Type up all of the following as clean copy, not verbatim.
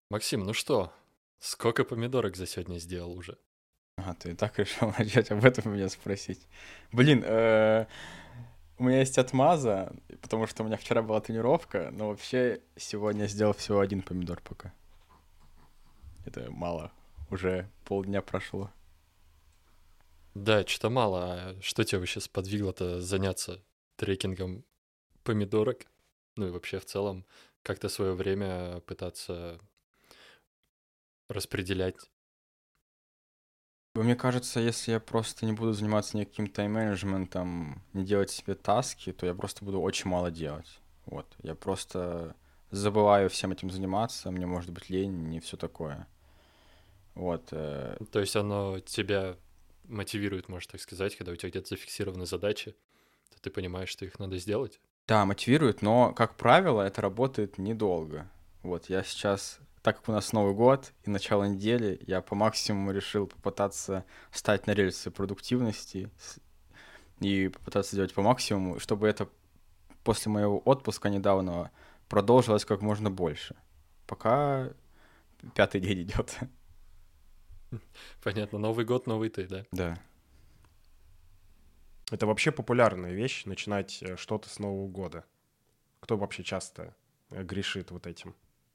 Максим, ну что, сколько помидорок за сегодня сделал уже? Ага, ты и так решил начать об этом меня спросить. Блин, у меня есть отмаза, потому что у меня вчера была тренировка, но вообще сегодня я сделал всего один помидор пока. Это мало, уже полдня прошло. Да, что-то мало. А что тебя вообще сподвигло-то заняться трекингом помидорок? Ну и вообще в целом, как-то свое время пытаться распределять. Мне кажется, если я просто не буду заниматься никаким тайм-менеджментом, не делать себе таски, то я просто буду очень мало делать. Вот, я просто забываю всем этим заниматься, мне может быть лень и все такое. Вот, То есть оно тебя мотивирует, можно так сказать, когда у тебя где-то зафиксированы задачи, то ты понимаешь, что их надо сделать. да, мотивирует, но, как правило, это работает недолго. Вот, я сейчас, так как у нас Новый год и начало недели, я по максимуму решил попытаться встать на рельсы продуктивности и попытаться сделать по максимуму, чтобы это после моего отпуска недавнего продолжилось как можно больше. Пока пятый день идет. Понятно, Новый год, новый ты, да? Да. Это вообще популярная вещь, начинать что-то с Нового года. Кто вообще часто грешит вот этим?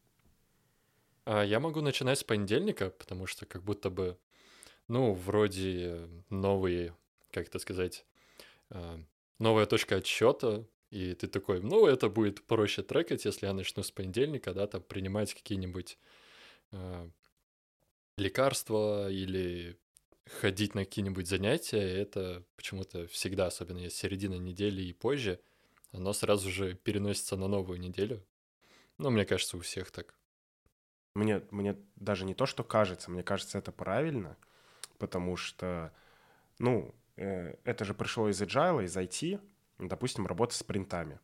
А я могу начинать с понедельника, потому что как будто бы, ну, вроде новые, как это сказать, а, новая точка отсчета, и ты такой, ну, это будет проще трекать, если я начну с понедельника, да, там принимать какие-нибудь а, лекарства или ходить на какие-нибудь занятия, это почему-то всегда, особенно если середина недели и позже, оно сразу же переносится на новую неделю. Ну, мне кажется, у всех так. Мне даже не то, что кажется, мне кажется, это правильно, потому что, ну, это же пришло из agile, из IT, допустим, работа с спринтами.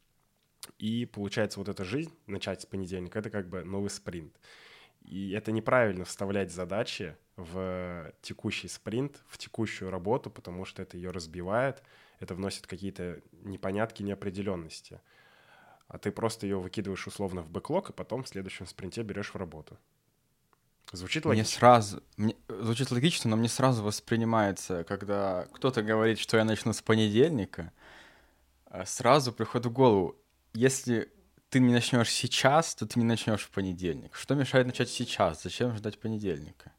И получается, вот эта жизнь, начать с понедельника, это как бы новый спринт. И это неправильно вставлять задачи в текущий спринт, в текущую работу, потому что это ее разбивает, это вносит какие-то непонятки, неопределенности. А ты просто ее выкидываешь условно в бэклог, и потом в следующем спринте берешь в работу. Звучит логично? Звучит логично, но мне сразу воспринимается, когда кто-то говорит, что я начну с понедельника, сразу приходит в голову, если ты не начнешь сейчас, то ты не начнешь в понедельник. Что мешает начать сейчас? Зачем ждать понедельника?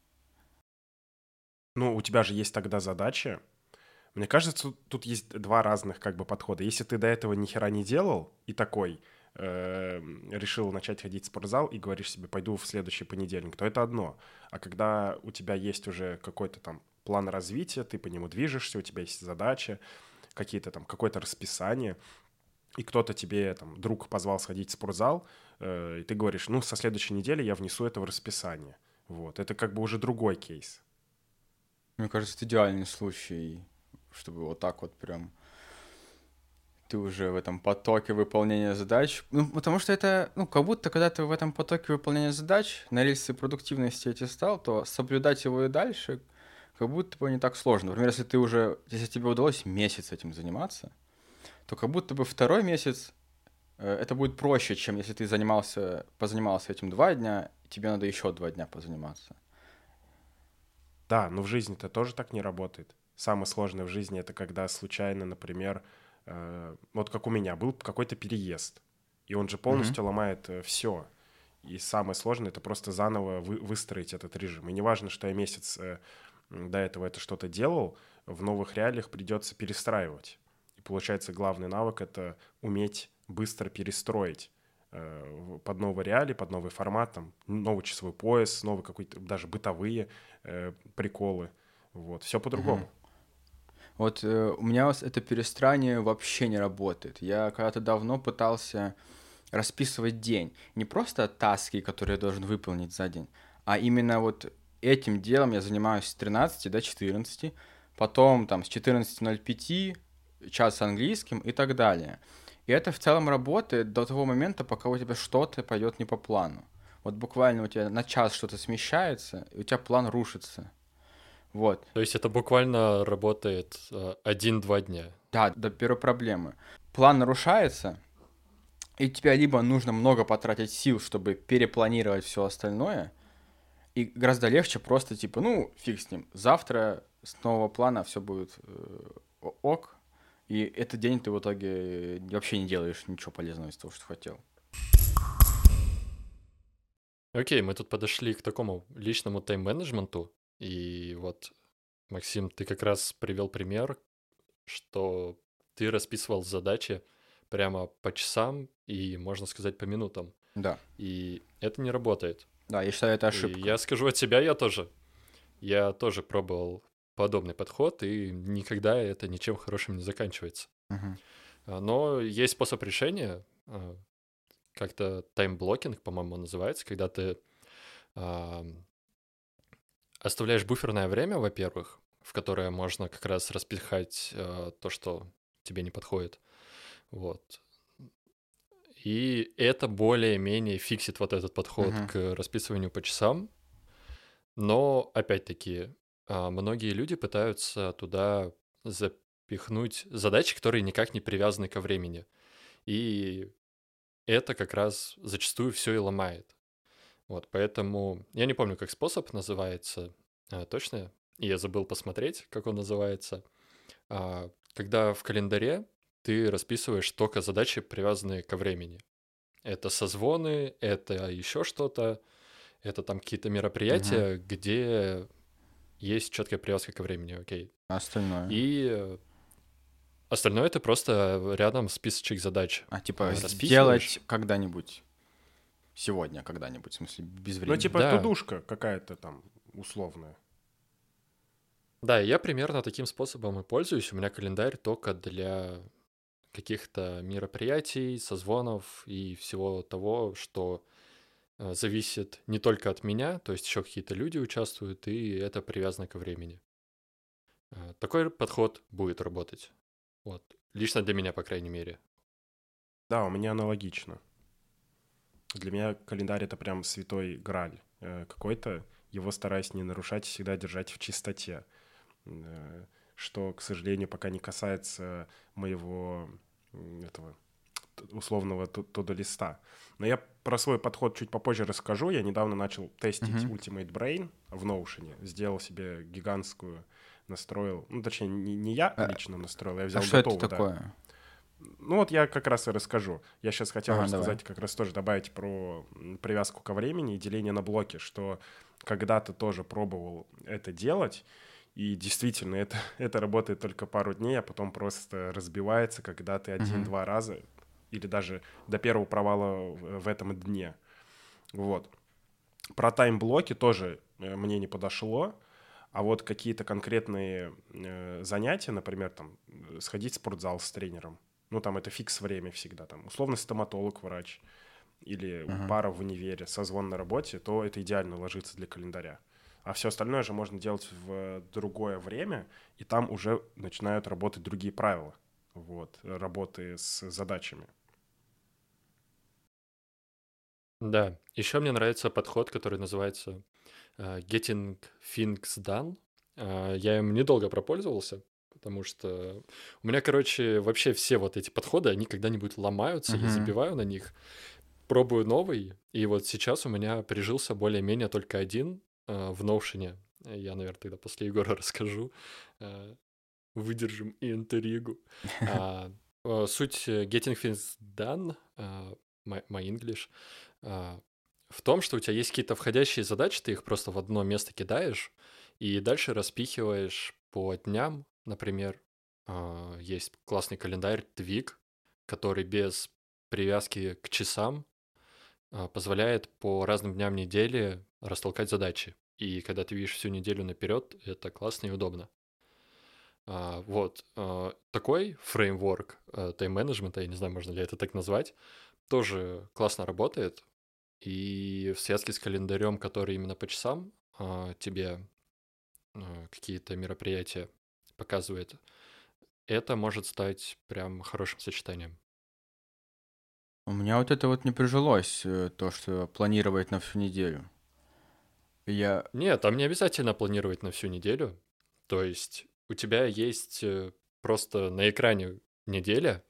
Ну, у тебя же есть тогда задача. Мне кажется, тут есть два разных как бы подхода. Если ты до этого ни хера не делал и такой решил начать ходить в спортзал и говоришь себе, пойду в следующий понедельник, то это одно. А когда у тебя есть уже какой-то там план развития, ты по нему движешься, у тебя есть задача, какие-то там, какое-то расписание, и кто-то тебе, там, друг позвал сходить в спортзал, и ты говоришь, ну, со следующей недели я внесу это в расписание. Вот, это как бы уже другой кейс. Мне кажется, это идеальный случай, чтобы вот так вот прям ты уже в этом потоке выполнения задач. Ну, потому что это, ну, как будто, когда ты в этом потоке выполнения задач на рельсы продуктивности эти стал, то соблюдать его и дальше как будто бы не так сложно. Например, если тебе удалось месяц этим заниматься, то как будто бы второй месяц это будет проще, чем если ты позанимался этим 2 дня, и тебе надо еще 2 дня позаниматься. Да, но в жизни это тоже так не работает. Самое сложное в жизни это когда случайно, например, вот как у меня был какой-то переезд, и он же Мгм. полностью ломает все. И самое сложное это просто заново выстроить этот режим. И неважно, что я месяц до этого это что-то делал, в новых реалиях придется перестраивать. И получается, главный навык это уметь быстро перестроить под новые реалии, под новый формат, там, новый часовой пояс, новый какой-то, даже бытовые приколы. Вот, все Мгм. по-другому. Вот у меня это перестраивание вообще не работает. Я когда-то давно пытался расписывать день. Не просто таски, которые я должен выполнить за день, а именно вот этим делом я занимаюсь с 13 до 14, потом там с 14:05 час английским и так далее. И это в целом работает до того момента, пока у тебя что-то пойдет не по плану. Вот буквально у тебя на час что-то смещается, и у тебя план рушится. Вот. То есть это буквально работает 1-2 дня. Да, до первой проблемы. План нарушается, И тебе либо нужно много потратить сил, чтобы перепланировать все остальное, и гораздо легче просто типа, ну, фиг с ним. Завтра с нового плана все будет ок, и этот день ты в итоге вообще не делаешь ничего полезного из того, что хотел. Окей, мы тут подошли к такому личному тайм-менеджменту, и вот, Максим, ты как раз привел пример, что ты расписывал задачи прямо по часам и, можно сказать, по минутам. Да. И это не работает. Да, я считаю, это И ошибка. я скажу от себя, Я тоже пробовал подобный подход, и никогда это ничем хорошим не заканчивается. Мгм. Но есть способ решения, как-то таймблокинг, по-моему, называется, когда ты а, оставляешь буферное время, во-первых, в которое можно как раз распихать то, что тебе не подходит. Вот. И это более-менее фиксит вот этот подход Мгм. к расписыванию по часам. Но, опять-таки, многие люди пытаются туда запихнуть задачи, которые никак не привязаны ко времени. И это как раз зачастую все и ломает. Вот, поэтому я не помню, как способ называется точно, и я забыл посмотреть, как он называется. Когда в календаре ты расписываешь только задачи, привязанные ко времени. Это созвоны, это еще что-то, это там какие-то Мгм. мероприятия, где есть четкая привязка ко времени, окей. А остальное? И остальное ты просто рядом списочек задач Типа расписываешь. сделать когда-нибудь. Сегодня когда-нибудь, в смысле, без Ну, времени. типа Да, тудушка какая-то там условная. да, я примерно таким способом и пользуюсь. У меня календарь только для каких-то мероприятий, созвонов и всего того, что зависит не только от меня, то есть еще какие-то люди участвуют, и это привязано ко времени. Такой подход будет работать. Вот. Лично для меня, по крайней мере. Да, у меня аналогично. Для меня календарь — это прям святой граль какой-то. Его стараюсь не нарушать, всегда держать в чистоте. Э, Что, к сожалению, пока не касается моего этого условного туда-листа. Но я про свой подход чуть попозже расскажу. Я недавно начал тестить Мгм. Ultimate Brain в Notion. Сделал себе гигантскую, настроил. Ну, точнее, не я А, лично настроил, я а взял что это готовую, да. такое? Ну вот я как раз и расскажу. Я сейчас хотел Ага, давай. рассказать, как раз тоже добавить про привязку ко времени и деление на блоки, что когда-то тоже пробовал это делать, и действительно это работает только пару дней, а потом просто разбивается, когда ты Мгм. один-два раза или даже до первого провала в этом дне. Вот. Про тайм-блоки тоже мне не подошло, а вот какие-то конкретные занятия, например, там, сходить в спортзал с тренером, ну, там, это фикс время всегда, там, условно, стоматолог, врач, или Мгм. пара в универе, созвон на работе, то это идеально ложится для календаря. А все остальное же можно делать в другое время, и там уже начинают работать другие правила, вот, работы с задачами. Да. Еще мне нравится подход, который называется Getting Things Done. Я им недолго пропользовался, потому что у меня, короче, вообще все вот эти подходы, они когда-нибудь ломаются, я Мгм. забиваю на них, пробую новый, и вот сейчас у меня прижился более-менее только один в Notion. Я, наверное, тогда после Егора расскажу. Э, Выдержим и интригу. Суть Getting Things Done, my English, а, в том, что у тебя есть какие-то входящие задачи, ты их просто в одно место кидаешь, и дальше распихиваешь по дням. Например, есть классный календарь Twig, который без привязки к часам позволяет по разным дням недели растолкать задачи. И когда ты видишь всю неделю наперед, это классно и удобно. Вот. Такой фреймворк тайм-менеджмента, я не знаю, можно ли это так назвать, тоже классно работает. И в связке с календарем, который именно по часам тебе какие-то мероприятия показывает, это может стать прям хорошим сочетанием. У меня вот это вот не прижилось, то, что планировать на всю неделю. Я... Нет, там не обязательно планировать на всю неделю. То есть у тебя есть просто на экране неделя,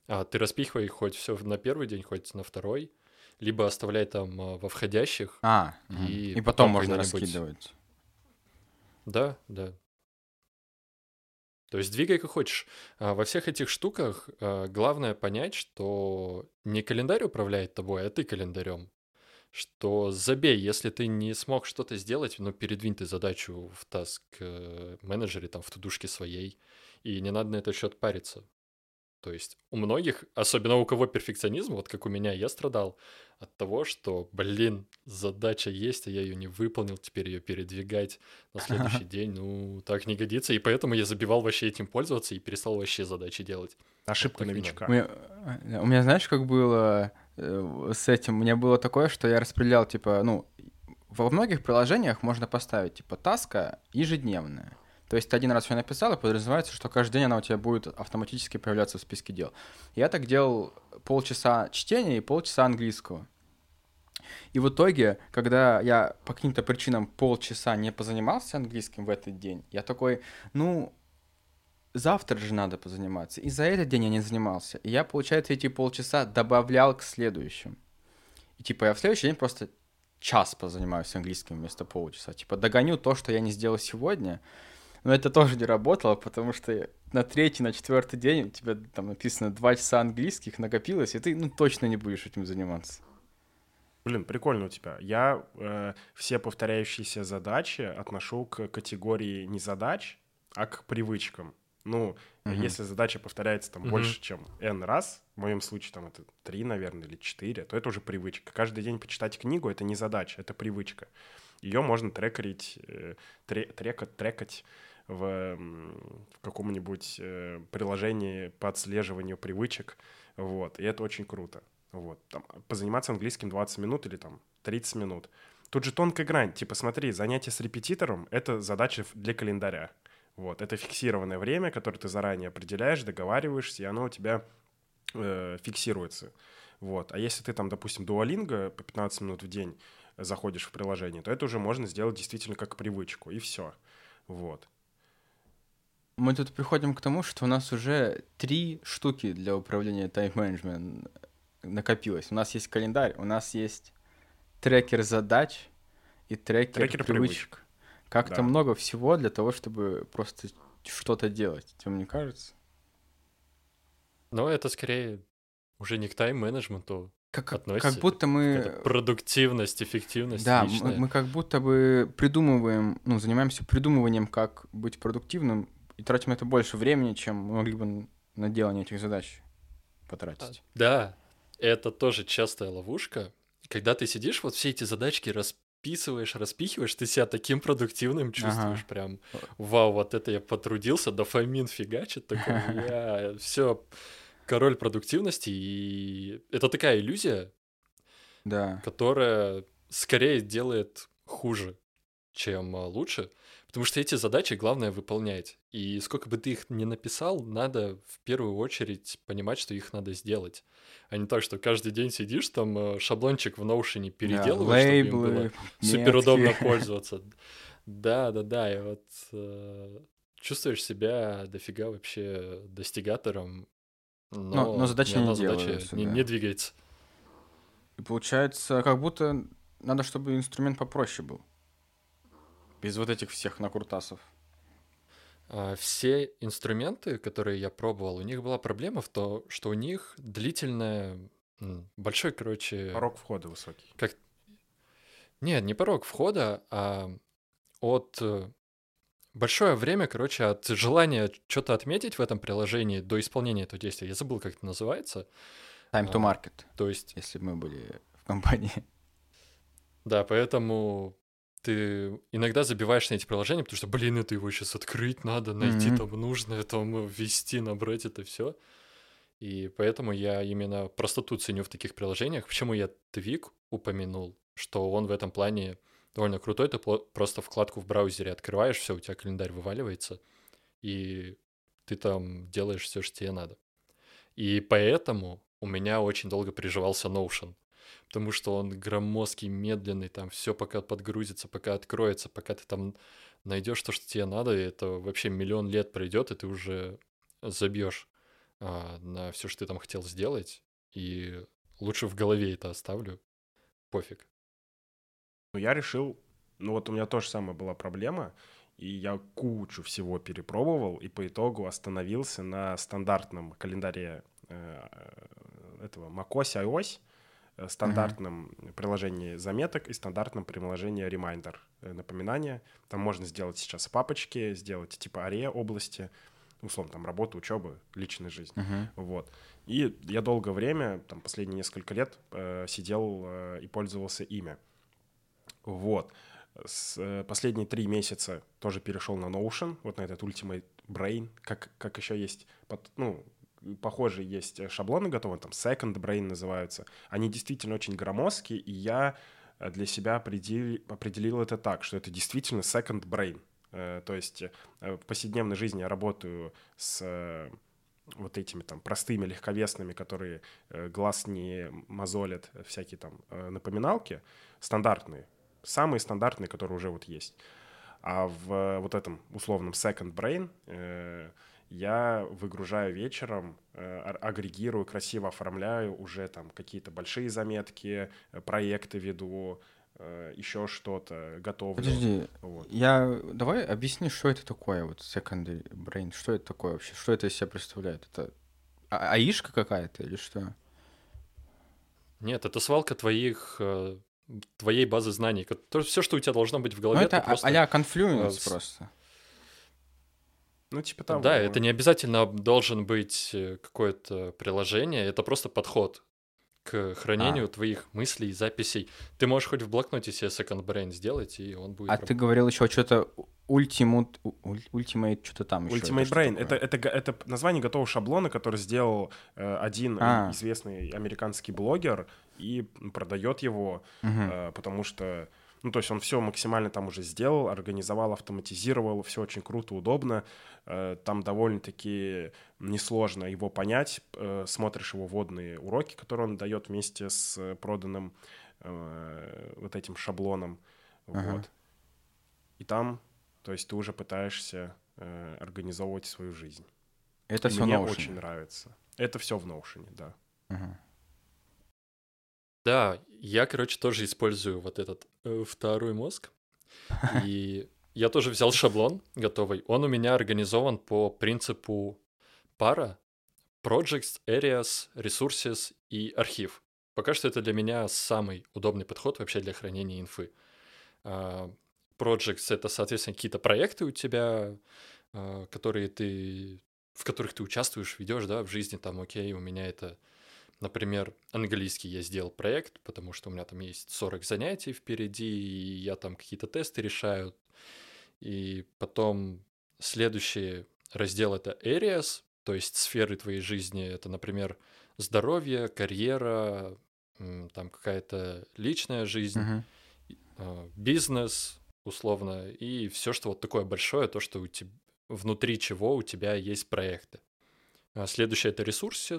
Ты распихивай их хоть все на первый день, хоть на второй, либо оставляй там во входящих, и И потом потом можно когда-нибудь... раскидывать. Да, да. То есть двигай как хочешь. Во всех этих штуках главное понять, что не календарь управляет тобой, а ты календарем. Что забей, если ты не смог что-то сделать, ну, передвинь ты задачу в таск менеджере, там, в тудушке своей, и не надо на этот счет париться. То есть у многих, особенно у кого перфекционизм, вот как у меня, я страдал от того, что, блин, задача есть, а я ее не выполнил, теперь ее передвигать на следующий день, ну, так не годится, и поэтому я забивал вообще этим пользоваться и перестал вообще задачи делать. Ошибка так не новичка. У меня, знаешь, как было с этим? У меня было такое, что я распределял, типа, ну, во многих приложениях можно поставить, типа, таска ежедневная. То есть ты один раз ее написал, и подразумевается, что каждый день она у тебя будет автоматически появляться в списке дел. Я так делал полчаса чтения и полчаса английского. И в итоге, когда я по каким-то причинам полчаса не позанимался английским в этот день, я такой, ну, завтра же надо позаниматься. И за этот день я не занимался. И я, получается, эти полчаса добавлял к следующим. И типа я в следующий день просто час позанимаюсь английским вместо полчаса. Типа догоню то, что я не сделал сегодня. Но это тоже не работало, потому что на третий, на четвертый день у тебя там написано 2 часа английских накопилось, и ты ну точно не будешь этим заниматься. Блин, прикольно у тебя. Я все повторяющиеся задачи отношу к категории не задач, а к привычкам. Ну, если задача повторяется там больше, чем n раз, в моем случае там это 3, наверное, или 4, то это уже привычка. Каждый день почитать книгу — это не задача, это привычка. Ее можно трекать в каком-нибудь приложении по отслеживанию привычек. Вот, и это очень круто. Вот, там, позаниматься английским 20 минут или там 30 минут. Тут же тонкая грань. Типа, смотри, занятие с репетитором — это задача для календаря. Вот, это фиксированное время, которое ты заранее определяешь, договариваешься, и оно у тебя фиксируется. Вот. А если ты там, допустим, Duolingo по 15 минут в день заходишь в приложение, то это уже можно сделать действительно как привычку, и все. Вот. Мы тут приходим к тому, что у нас уже 3 штуки для управления тайм-менеджментом накопилось. У нас есть календарь, у нас есть трекер задач и трекер привычек. Как-то много всего для того, чтобы просто что-то делать. Тебе не кажется? Но это скорее уже не к тайм-менеджменту относится. Как будто мы... Продуктивность, эффективность да, личная. мы как будто бы придумываем, ну, занимаемся придумыванием, как быть продуктивным, и тратим на это больше времени, чем мы могли бы на делание этих задач потратить. Да, это тоже частая ловушка. Когда ты сидишь, вот все эти задачки расписываешь, распихиваешь, ты себя таким продуктивным чувствуешь, прям, вау, вот это я потрудился, дофамин фигачит такой, я все, король продуктивности, и это такая иллюзия, которая скорее делает хуже, чем лучше, потому что эти задачи главное выполнять, и сколько бы ты их ни написал, надо в первую очередь понимать, что их надо сделать, а не так, что каждый день сидишь, там шаблончик в Notion переделываешь, чтобы им было суперудобно пользоваться. Да, и вот чувствуешь себя дофига вообще достигатором, но задача ни одна не задача делается, не двигается. И получается, как будто надо, чтобы инструмент попроще был. Без вот этих всех накрутасов. Все инструменты, которые я пробовал, у них была проблема в том, что у них длительная, большой, короче... Порог входа высокий. Нет, не порог входа, а от... Большое время, короче, от желания что-то отметить в этом приложении до исполнения этого действия. Я забыл, как это называется. Time to market. То есть... Если бы мы были в компании. Да, поэтому ты иногда забиваешь на эти приложения, потому что, блин, это его сейчас открыть надо, найти там нужное, там ввести, набрать это все. И поэтому я именно простоту ценю в таких приложениях. Почему я Твик упомянул, что он в этом плане довольно крутой. Ты просто вкладку в браузере открываешь, все, у тебя календарь вываливается, и ты там делаешь все, что тебе надо. И поэтому у меня очень долго приживался Notion, потому что он громоздкий, медленный, там все пока подгрузится, пока откроется, пока ты там найдешь то, что тебе надо, и это вообще миллион лет пройдет, и ты уже забьешь на все, что ты там хотел сделать, и лучше в голове это оставлю, пофиг. Ну, я решил, ну вот у меня тоже самая была проблема, и я кучу всего перепробовал, и по итогу остановился на стандартном календаре этого macOS iOS, Мгм. стандартном приложении заметок и стандартном приложении Reminder, напоминания. Там можно сделать сейчас папочки, сделать типа аре области, условно, там работа, учеба, личная жизнь. Мгм. Вот. И я долгое время, там последние несколько лет, сидел и пользовался ими. Вот. Последние 3 месяца тоже перешел на Notion, вот на этот Ultimate Brain, как еще есть, ну, похожие есть шаблоны готовы, там Second Brain называются. Они действительно очень громоздкие, и я для себя определил это так, что это действительно Second Brain. То есть в повседневной жизни я работаю с вот этими там простыми, легковесными, которые глаз не мозолят, всякие там напоминалки, стандартные, самые стандартные, которые уже вот есть. А в вот этом условном second brain я выгружаю вечером, агрегирую, красиво оформляю уже там какие-то большие заметки, проекты веду, еще что-то готовлю. Подожди, Вот. давай объясни, что это такое, вот secondary brain, что это такое вообще, что это из себя представляет? Это АИшка какая-то или что? Нет, это свалка твоей базы знаний. Все, что у тебя должно быть в Ну, голове, это ты просто... а-ля э, Confluence с- просто. Ну, типа Да, это того. не обязательно должен быть какое-то приложение, это просто подход к А, хранению твоих мыслей, записей. Ты можешь хоть в блокноте себе second brain сделать, и он а будет ты работать. говорил еще что-то Ultimate, что-то там еще, это Ultimate что Brain — такое? это название готового шаблона, который сделал один А, известный американский блогер и продает его, мгм, потому что, ну, то есть он все максимально там уже сделал, организовал, автоматизировал, все очень круто, удобно. Там довольно-таки несложно его понять. Смотришь его вводные уроки, которые он дает вместе с проданным вот этим шаблоном. ага. Вот. И там, то есть ты уже пытаешься организовывать свою жизнь. Это И все мне Notion. очень нравится. Это все в Notion, да. Ага. Да, я, короче, тоже использую вот этот второй мозг. И я тоже взял шаблон готовый. Он у меня организован по принципу пара, projects, areas, resources и архив. Пока что это для меня самый удобный подход вообще для хранения инфы. А, Projects — это, соответственно, какие-то проекты у тебя, в которых ты участвуешь, ведешь, да, в жизни. Там, окей, у меня это, например, английский я сделал проект, потому что у меня там есть 40 занятий впереди, и я там какие-то тесты решаю. И потом следующий раздел — это areas, то есть сферы твоей жизни. Это, например, здоровье, карьера, там какая-то личная жизнь, Мгм. бизнес, условно, и все, что вот такое большое, то, что внутри чего у тебя есть проекты. Следующее — это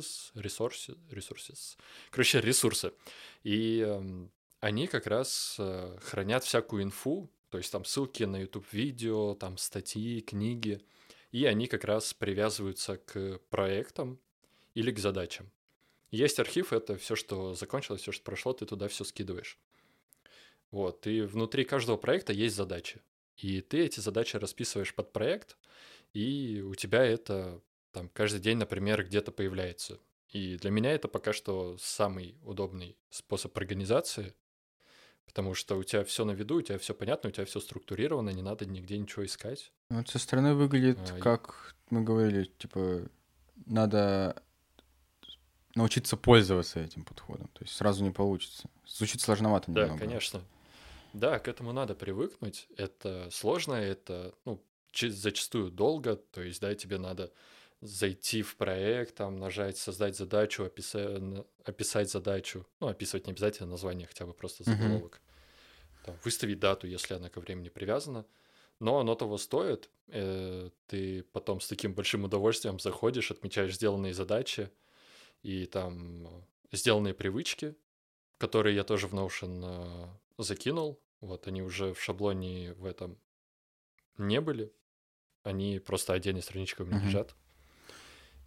resources, короче, ресурсы. И они как раз хранят всякую инфу, то есть там ссылки на YouTube-видео, там статьи, книги, и они как раз привязываются к проектам или к задачам. Есть архив — это все, что закончилось, все, что прошло, ты туда все скидываешь. Вот, и внутри каждого проекта есть задачи. И ты эти задачи расписываешь под проект, и у тебя это там каждый день, например, где-то появляется. И для меня это пока что самый удобный способ организации, потому что у тебя все на виду, у тебя все понятно, у тебя все структурировано, не надо нигде ничего искать. Вот со стороны выглядит, А, и- как мы говорили, типа, надо научиться пользоваться этим подходом. То есть сразу не получится. Звучит сложновато Да, немного. конечно. Да, к этому надо привыкнуть. Это сложно, это, ну, зачастую долго. То есть, да, тебе надо зайти в проект, там, нажать «Создать задачу», описать задачу. Ну, описывать не обязательно название, хотя бы просто Мгм. заголовок. Там, выставить дату, если она ко времени привязана. Но оно того стоит. Ты потом с таким большим удовольствием заходишь, отмечаешь сделанные задачи и там сделанные привычки, которые я тоже в Notion закинул. Вот они уже в шаблоне в этом не были. Они просто отдельной страничкой у меня Мгм. лежат.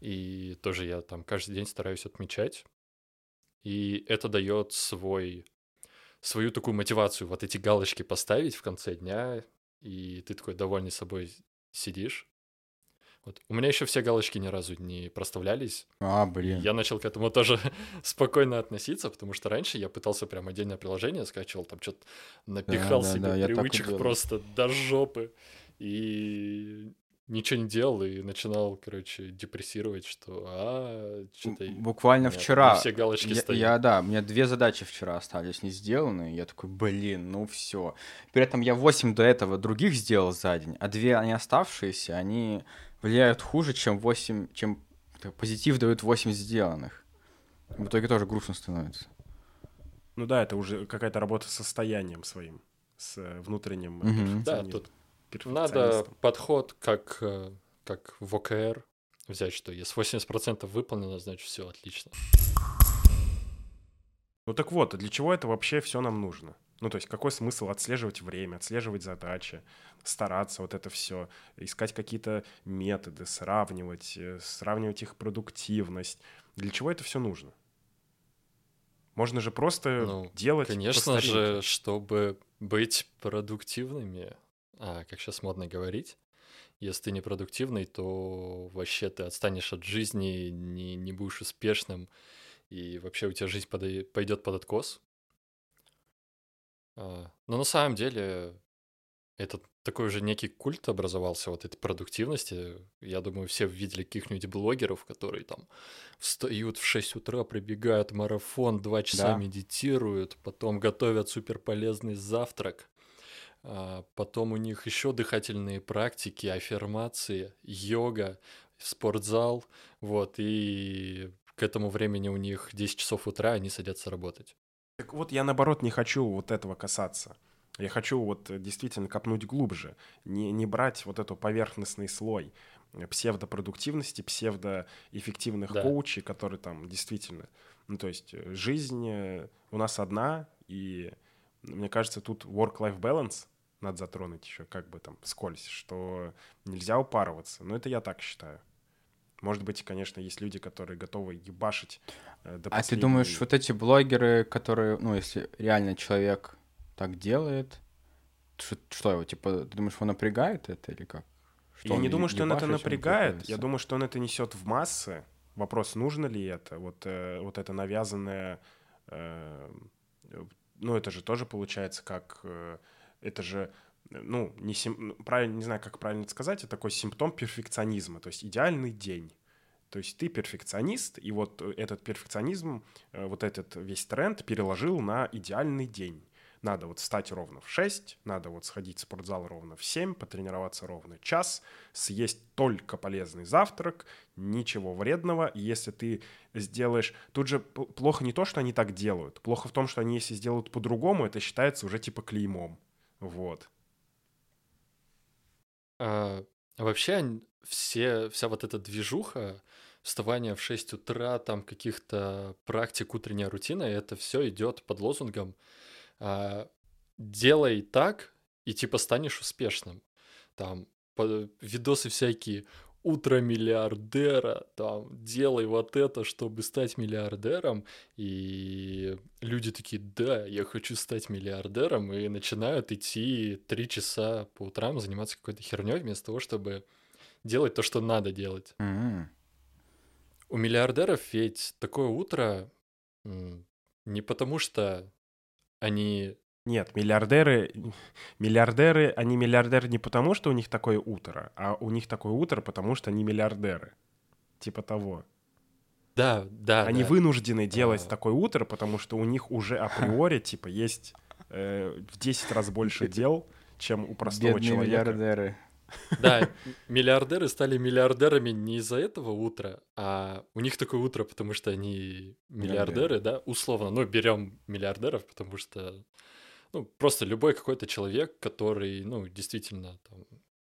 И тоже я там каждый день стараюсь отмечать. И это дает свою такую мотивацию, вот эти галочки поставить в конце дня, и ты такой довольный собой сидишь. Вот. У меня еще все галочки ни разу не проставлялись, и Блин. я начал к этому тоже спокойно относиться, потому что раньше я пытался прям отдельное приложение скачивал, там что-то напихал себе я так и привычек делаю. просто до жопы, и ничего не делал, и начинал, короче, депрессировать, что что-то Буквально не вчера все галочки у стоят. меня 2 задачи вчера остались не сделаны. Я такой, блин, ну все. При этом я 8 до этого других сделал за день, а 2 они оставшиеся, они влияют хуже, чем позитив дают 8 сделанных. В итоге тоже грустно становится. Ну да, это уже какая-то работа с состоянием своим, с внутренним Мгм. Да, перфекционизмом. тут надо подход, как в ОКР взять, что если 80% выполнено, значит все отлично. Ну так вот, а для чего это вообще все нам нужно? Ну, то есть какой смысл отслеживать время, отслеживать задачи, стараться вот это все, искать какие-то методы, сравнивать их продуктивность. Для чего это все нужно? Можно же просто Ну, делать по конечно же, старинке. чтобы быть продуктивными, как сейчас модно говорить, если ты не продуктивный, то вообще ты отстанешь от жизни, не будешь успешным, и вообще у тебя жизнь пойдет под откос. Но на самом деле это такой уже некий культ образовался вот этой продуктивности. Я думаю, все видели каких-нибудь блогеров, которые там встают в 6 утра, пробегают марафон, 2 часа Да. медитируют, потом готовят суперполезный завтрак, потом у них еще дыхательные практики, аффирмации, йога, спортзал, вот, и к этому времени у них 10 часов утра, они садятся работать. Так вот, я наоборот не хочу вот этого касаться. Я хочу вот действительно копнуть глубже, не брать вот этот поверхностный слой псевдопродуктивности, псевдоэффективных Да. коучей, которые там действительно... Ну, то есть жизнь у нас одна, и мне кажется, тут work-life balance надо затронуть еще как бы там вскользь, что нельзя упарываться. Но это я так считаю. Может быть, конечно, есть люди, которые готовы ебашить до А ты думаешь, последней... вот эти блогеры, которые, ну, если реально человек так делает, что его, типа, ты думаешь, его напрягает это или как? Что Я он не думаю, что он это ебашит, чем напрягает. Я приходится? думаю, что он это несет в массы. Вопрос, нужно ли это? Вот это навязанное... э, ну, это же тоже получается как... это же, ну, правильно, не знаю, как правильно это сказать, это такой симптом перфекционизма, то есть идеальный день. То есть ты перфекционист, и вот этот перфекционизм, вот этот весь тренд переложил на идеальный день. Надо вот встать ровно в 6, надо вот сходить в спортзал ровно в 7, потренироваться ровно час, съесть только полезный завтрак, ничего вредного. И если ты сделаешь... Тут же плохо не то, что они так делают, плохо в том, что они, если сделают по-другому, это считается уже типа клеймом. Вот. Вообще вся вот эта движуха, вставание в 6 утра, там каких-то практик, утренняя рутина, это все идет под лозунгом «делай так, и типа станешь успешным». Там видосы всякие «утро миллиардера», там «делай вот это, чтобы стать миллиардером», и люди такие «да, я хочу стать миллиардером», и начинают идти 3 часа по утрам заниматься какой-то херней вместо того, чтобы делать то, что надо делать. М. У миллиардеров ведь такое утро не потому, что они... Нет, они миллиардеры не потому, что у них такое утро, а у них такое утро, потому что они миллиардеры. Типа того. Да, да, Они да. вынуждены делать А, такое утро, потому что у них уже априори, типа, есть в 10 раз больше дел, чем у простого Бедные человека. миллиардеры. Да, миллиардеры стали миллиардерами не из-за этого утра, а у них такое утро, потому что они миллиардеры, да, условно. Ну, берем миллиардеров, потому что, ну, просто любой какой-то человек, который, ну, действительно там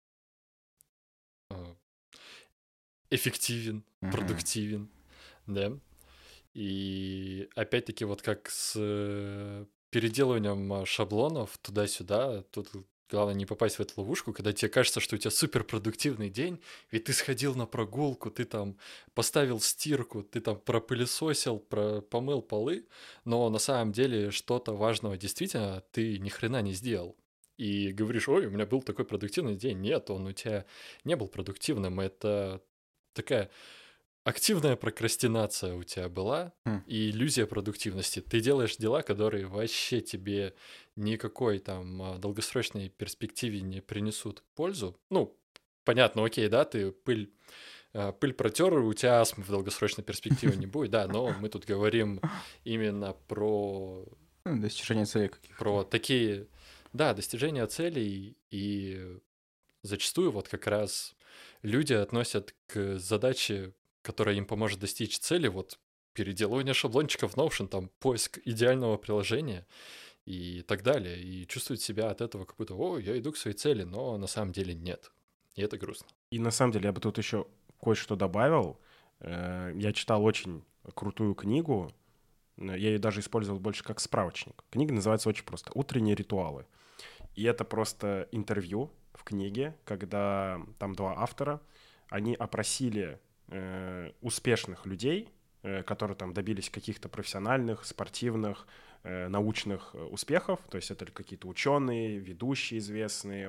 а, эффективен, Мгм. продуктивен, да. И опять-таки вот как с переделыванием шаблонов туда-сюда, тут Главное не попасть в эту ловушку, когда тебе кажется, что у тебя суперпродуктивный день, ведь ты сходил на прогулку, ты там поставил стирку, ты там пропылесосил, помыл полы, но на самом деле что-то важного действительно ты ни хрена не сделал. И говоришь, ой, у меня был такой продуктивный день. Нет, он у тебя не был продуктивным. Это такая активная прокрастинация у тебя была Хм. и иллюзия продуктивности. Ты делаешь дела, которые вообще тебе никакой там долгосрочной перспективе не принесут пользу. Ну, понятно, окей, да, ты пыль протер, у тебя астмы в долгосрочной перспективе не будет, да, но мы тут говорим именно про Достижение целей каких-то. такие, да, достижения целей, и зачастую вот как раз люди относят к задаче, которая им поможет достичь цели, вот переделывание шаблончиков в Notion, там поиск идеального приложения и так далее, и чувствуют себя от этого как будто, о, я иду к своей цели, но на самом деле нет, и это грустно. И на самом деле я бы тут еще кое-что добавил. Я читал очень крутую книгу, я ее даже использовал больше как справочник. Книга называется очень просто «Утренние ритуалы». И это просто интервью в книге, когда там два автора, они опросили успешных людей, которые там добились каких-то профессиональных, спортивных, научных успехов, то есть это какие-то ученые, ведущие известные,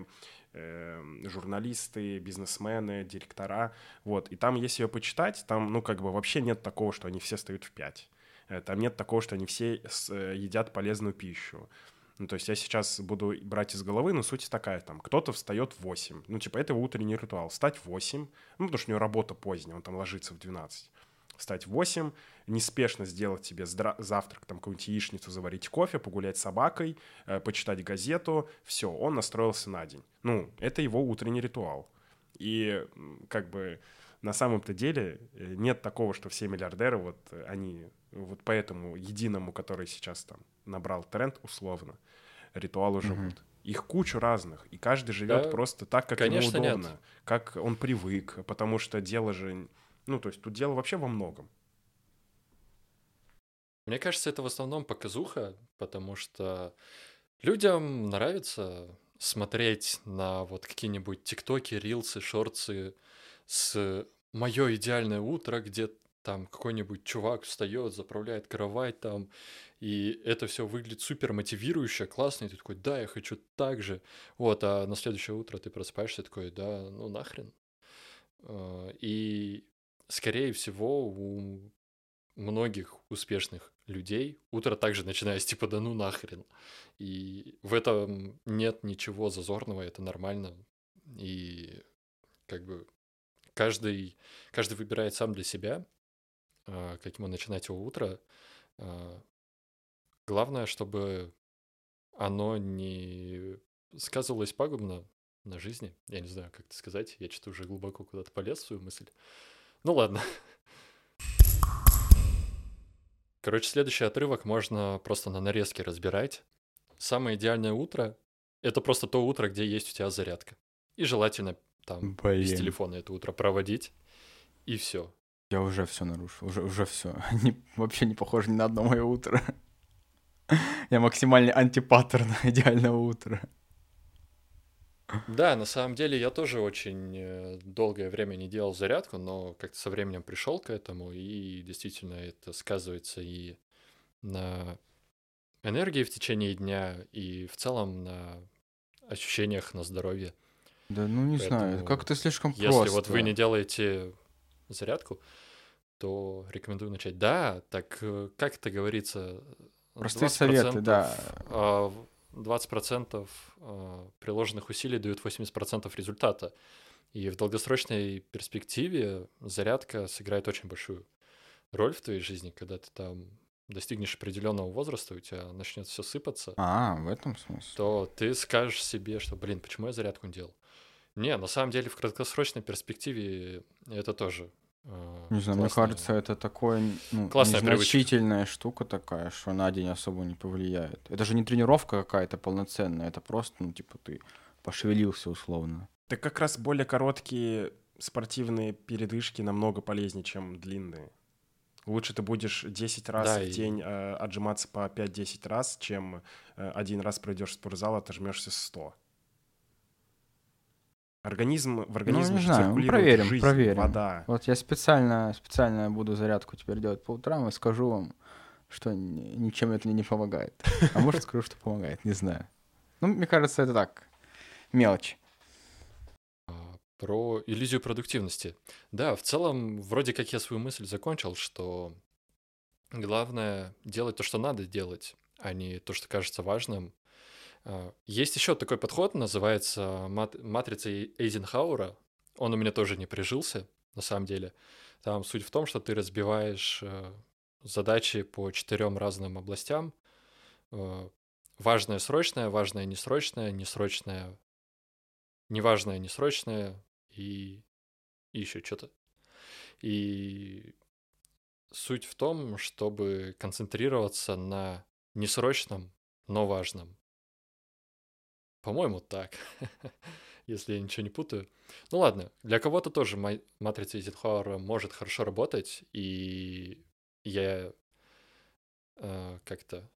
журналисты, бизнесмены, директора, вот, и там, если ее почитать, там, ну, как бы вообще нет такого, что они все встают в 5, там нет такого, что они все едят полезную пищу. Ну, то есть я сейчас буду брать из головы, но суть такая, там, кто-то встает в 8, ну, типа, это его утренний ритуал, встать в 8, ну, потому что у него работа поздняя, он там ложится в 12, встать в 8, неспешно сделать себе завтрак, там, какую-нибудь яичницу, заварить кофе, погулять с собакой, почитать газету, все, он настроился на день. Ну, это его утренний ритуал. И, как бы, на самом-то деле нет такого, что все миллиардеры, вот они вот по этому единому, который сейчас там набрал тренд условно, ритуалу живут. Их кучу разных, и каждый живет Да, просто так, как ему конечно, нет. удобно, как он привык, потому что дело же, ну, то есть тут дело вообще во многом. Мне кажется, это в основном показуха, потому что людям нравится смотреть на вот какие-нибудь тиктоки, рилсы, шорты с «Мое идеальное утро», где там какой-нибудь чувак встает, заправляет кровать там, и это все выглядит супер мотивирующе, классно, и ты такой, да, я хочу так же. Вот, а на следующее утро ты просыпаешься такой, да, ну нахрен. И, скорее всего, у многих успешных людей утро также начинается типа да ну нахрен. И в этом нет ничего зазорного, это нормально. И как бы каждый выбирает сам для себя, каким он начинать его утро. Главное, чтобы оно не сказывалось пагубно на жизни. Я не знаю, как это сказать. Я что-то уже глубоко куда-то полез в свою мысль. Ну ладно. Короче, следующий отрывок можно просто на нарезке разбирать. Самое идеальное утро — это просто то утро, где есть у тебя зарядка. И желательно там без Блин, телефона это утро проводить, и все. я уже все нарушил, уже все. Вообще не похоже ни на одно мое утро. Я максимальный антипаттерн идеального утра. Да, на самом деле я тоже очень долгое время не делал зарядку, но как-то со временем пришел к этому, и действительно это сказывается и на энергии в течение дня, и в целом на ощущениях на здоровье. Да ну не знаю, Поэтому, как-то слишком если вот вы не просто. делаете зарядку, то рекомендую начать. Да, так как это говорится, Простые советы, 20%, да. 20% приложенных усилий дают 80% результата. И в долгосрочной перспективе зарядка сыграет очень большую роль в твоей жизни, когда ты там достигнешь определенного возраста, у тебя начнет все сыпаться, В этом смысле. то ты скажешь себе, что, блин, почему я зарядку не делал? Не, на самом деле в краткосрочной перспективе это тоже Не знаю, мне классная, кажется, это такое, ну, классная привычка. незначительная штука такая, что на день особо не повлияет. Это же не тренировка какая-то полноценная, это просто, ну, типа, ты пошевелился условно. Так как раз более короткие спортивные передышки намного полезнее, чем длинные. Лучше ты будешь 10 раз Да, в и день отжиматься по 5-10 раз, чем один раз пройдешь в спортзал, отожмешься 100. Организм, в Ну, организме не же знаю, циркулирует жизнь, проверим. вода. Вот я специально буду зарядку теперь делать по утрам и скажу вам, что ничем это не помогает. А может, скажу, что помогает, не знаю. Ну, мне кажется, это так, мелочь. Про иллюзию продуктивности. Да, в целом, вроде как я свою мысль закончил, что главное делать то, что надо делать, а не то, что кажется важным. Есть еще такой подход, называется матрица Эйзенхауэра. Он у меня тоже не прижился, на самом деле. Там суть в том, что ты разбиваешь задачи по 4 разным областям. Важное, срочное, важное, несрочное, несрочное, неважное, несрочное и еще что-то. И суть в том, чтобы концентрироваться на несрочном, но важном. По-моему, так, если я ничего не путаю. Ну ладно, для кого-то тоже матрица Эйзенхауэра может хорошо работать, и я как-то...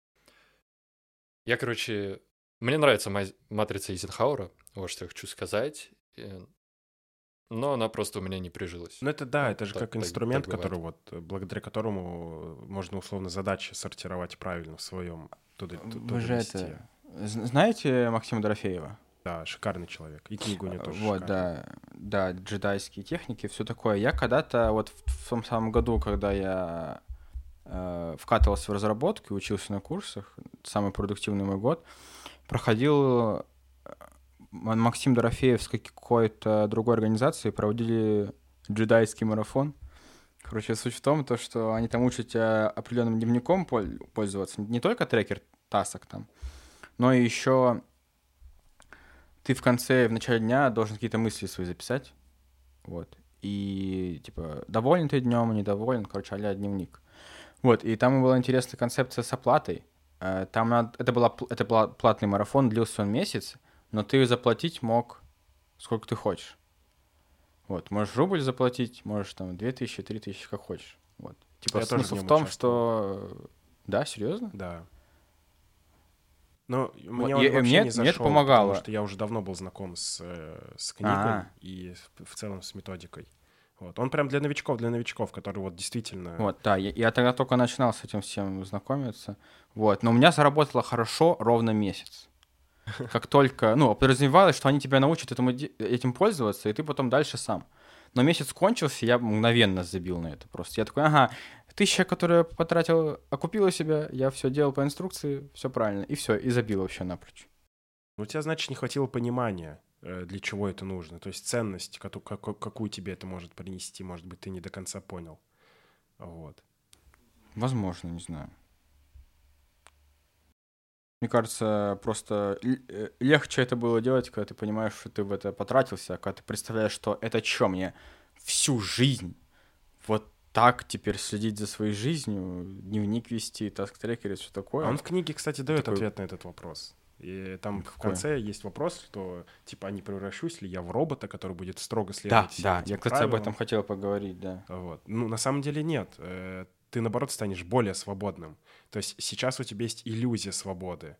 короче, мне нравится матрица Эйзенхауэра, вот что я хочу сказать, но она просто у меня не прижилась. Ну это да, Вот это же так как инструмент, бывает. который вот, благодаря которому можно условно задачи сортировать правильно в своем Вы же листе. знаете Максима Дорофеева? Да, шикарный человек. И книгу у него тоже Вот, шикарная. да, джедайские техники, все такое. Я когда-то, вот в том самом году, когда я вкатывался в разработку и учился на курсах, самый продуктивный мой год, проходил Максим Дорофеев с какой-то другой организацией, проводили джедайский марафон. Короче, суть в том, что они там учат тебя определенным дневником пользоваться, не только трекер тасок там, но и еще ты в начале дня должен какие-то мысли свои записать, вот, и, типа, доволен ты днем, недоволен, короче, а-ля дневник. Вот, и там была интересная концепция с оплатой. Это был платный марафон, длился он месяц, но ты заплатить мог сколько ты хочешь. Вот, можешь рубль заплатить, можешь там 2000, 3000, как хочешь. Вот. Типа Я тоже в смысл в нем том, участвовал. что... Да, серьезно? Да. Но Вот, мне он вообще не мне это зашел, помогало. потому что я уже давно был знаком с книгой А. и в целом с методикой. Вот. Он прям для новичков, которые вот действительно... Вот, да, я тогда только начинал с этим всем знакомиться. Вот, но у меня заработало хорошо ровно месяц. Как только, ну, подразумевалось, что они тебя научат этим пользоваться, и ты потом дальше сам. Но месяц кончился, я мгновенно забил на это просто. Я такой, ага, 1000, которую я потратил, окупила себя, я все делал по инструкции, все правильно, и все, и забил вообще напрочь. У тебя, значит, не хватило понимания, для чего это нужно. То есть ценность, какую тебе это может принести, может быть, ты не до конца понял. Вот. Возможно, не знаю. Мне кажется, просто легче это было делать, когда ты понимаешь, что ты в это потратился, а когда ты представляешь, что это что, мне всю жизнь вот так теперь следить за своей жизнью, дневник вести, таск-трекер и все такое. А он в книге, кстати, дает такой... ответ на этот вопрос. И там в Какой? конце есть вопрос, что, типа, а не превращусь ли я в робота, который будет строго следовать всем Да, этим я, кстати, правилам? об этом хотел поговорить, да. Вот. Ну, на самом деле нет. Ты, наоборот, станешь более свободным. То есть сейчас у тебя есть иллюзия свободы.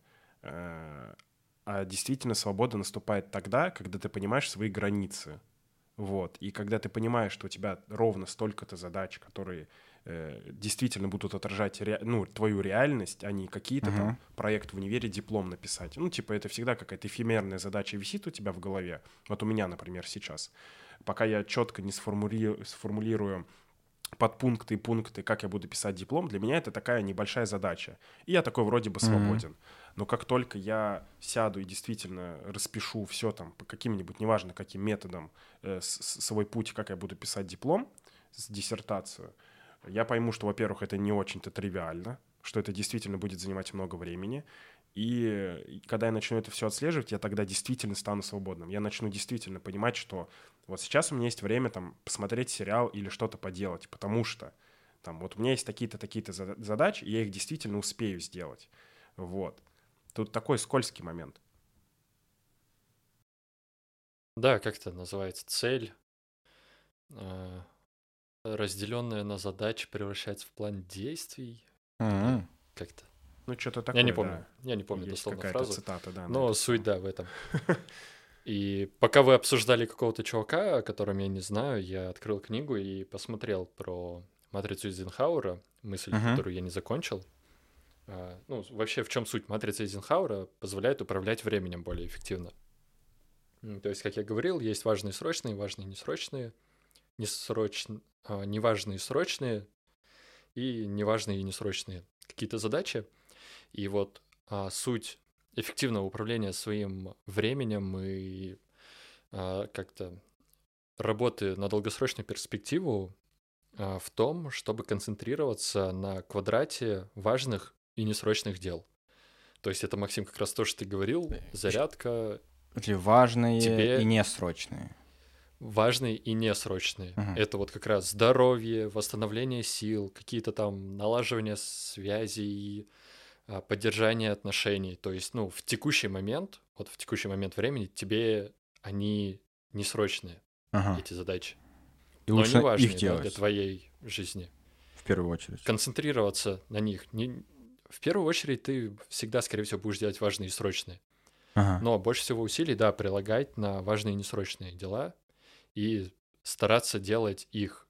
А действительно свобода наступает тогда, когда ты понимаешь свои границы. Вот. И когда ты понимаешь, что у тебя ровно столько-то задач, которые действительно будут отражать твою реальность, а не какие-то там проект в универе, диплом написать. Ну, типа, это всегда какая-то эфемерная задача висит у тебя в голове. Вот у меня, например, сейчас. Пока я четко не сформулирую подпункты и пункты, как я буду писать диплом, для меня это такая небольшая задача. И я такой вроде бы свободен. Но как только я сяду и действительно распишу все там по каким-нибудь, неважно каким методом, свой путь, как я буду писать диплом, диссертацию, я пойму, что, во-первых, это не очень-то тривиально, что это действительно будет занимать много времени. И когда я начну это все отслеживать, я тогда действительно стану свободным. Я начну действительно понимать, что вот сейчас у меня есть время там посмотреть сериал или что-то поделать, потому что там вот у меня есть такие-то задачи, и я их действительно успею сделать. Вот. Тут такой скользкий момент. Да, как это называется? Цель, разделенная на задачи, превращается в план действий. Как-то. Ну, что-то такое, Я не помню. да. Я не помню Есть дословно какая-то фразу. цитата, да. Но суть, да, в этом. И пока вы обсуждали какого-то чувака, о котором я не знаю, я открыл книгу и посмотрел про матрицу Эйзенхауэра, мысль, Мгм. которую я не закончил. Ну, вообще, в чем суть? Матрица Эйзенхауэра позволяет управлять временем более эффективно. То есть, как я говорил, есть важные срочные, важные несрочные, неважные срочные и неважные и несрочные какие-то задачи. И вот суть эффективного управления своим временем и как-то работы на долгосрочную перспективу в том, чтобы концентрироваться на квадрате важных и несрочных дел. То есть это, Максим, как раз то, что ты говорил, зарядка, Или важные и тебе несрочные. важные и несрочные. Мгм. Это вот как раз здоровье, восстановление сил, какие-то там налаживания связей, поддержание отношений. То есть, ну, в текущий момент времени тебе они несрочные, Ага. эти задачи. И Но они лучше их важные, да, для делать твоей жизни. в первую очередь. Концентрироваться на них. В первую очередь ты всегда, скорее всего, будешь делать важные и срочные. Ага. Но больше всего усилий, да, прилагать на важные и несрочные дела и стараться делать их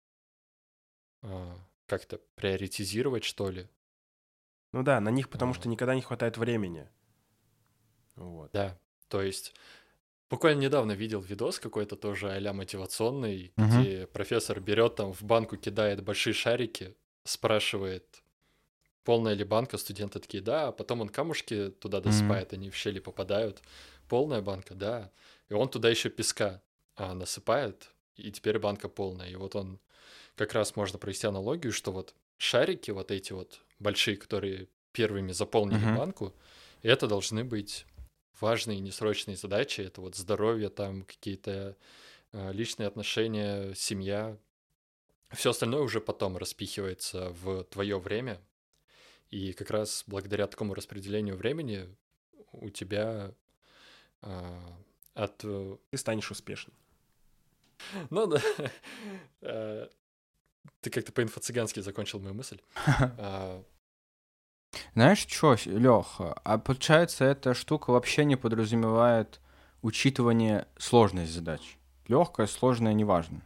как-то приоритизировать, что ли. Ну да, на них потому А, что никогда не хватает времени. Вот. Да, то есть буквально недавно видел видос какой-то тоже а-ля мотивационный, Мгм. где профессор берет там в банку, кидает большие шарики, спрашивает, полная ли банка, студенты такие, да, а потом он камушки туда досыпает, они в щели попадают. Полная банка, да. И он туда еще песка насыпает, и теперь банка полная. И вот он как раз можно провести аналогию, что вот шарики вот эти вот большие, которые первыми заполнили Мгм. банку, это должны быть важные несрочные задачи. Это вот здоровье, там какие-то личные отношения, семья. Все остальное уже потом распихивается в твое время, и как раз благодаря такому распределению времени у тебя а, от... Ты станешь успешным. Ну да, э, ты как-то по-инфо-цыгански закончил мою мысль. А, Знаешь что, Леха, а получается, эта штука вообще не подразумевает учитывание сложности задач. Легкая, сложная, неважно.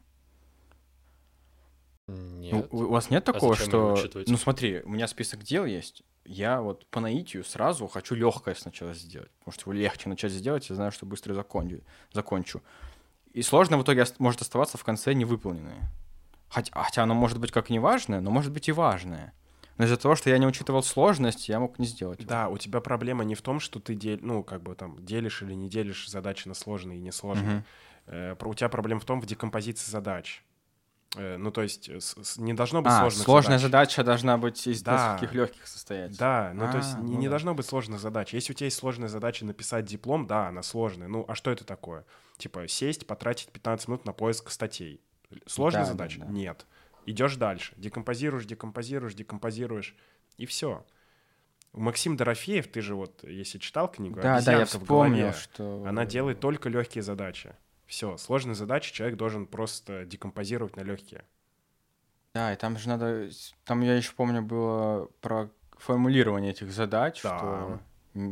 Ну, Нет. у вас нет А такого, зачем ее что... учитывать? Ну смотри, у меня список дел есть. Я вот по наитию сразу хочу легкое сначала сделать. Потому что его легче начать сделать, я знаю, что быстро закончу. И сложное в итоге может оставаться в конце невыполненное. Хотя оно может быть как неважное, но может быть и важное. Но из-за того, что я не учитывал сложность, я мог не сделать его. Да, у тебя проблема не в том, что ты ну, как бы там делишь или не делишь задачи на сложные и несложные. У тебя проблема в том, в декомпозиции задач. Ну, то есть не должно быть сложных сложная задач. задача должна быть из Да. нескольких легких состоять. Да, ну то есть Ну не да. должно быть сложных задач. Если у тебя есть сложная задача написать диплом, да, она сложная. Ну, а что это такое? Типа сесть, потратить 15 минут на поиск статей. Сложная Да, задача? да. Нет. Идешь дальше. Декомпозируешь, и все. Максим Дорофеев, ты же вот, если читал книгу, Да, я «Обезьянка в вспомнил, голове», что... она делает только легкие задачи. Все, сложные задачи человек должен просто декомпозировать на легкие. Да, и там же надо... Там, я еще помню, было про формулирование этих задач, Да. что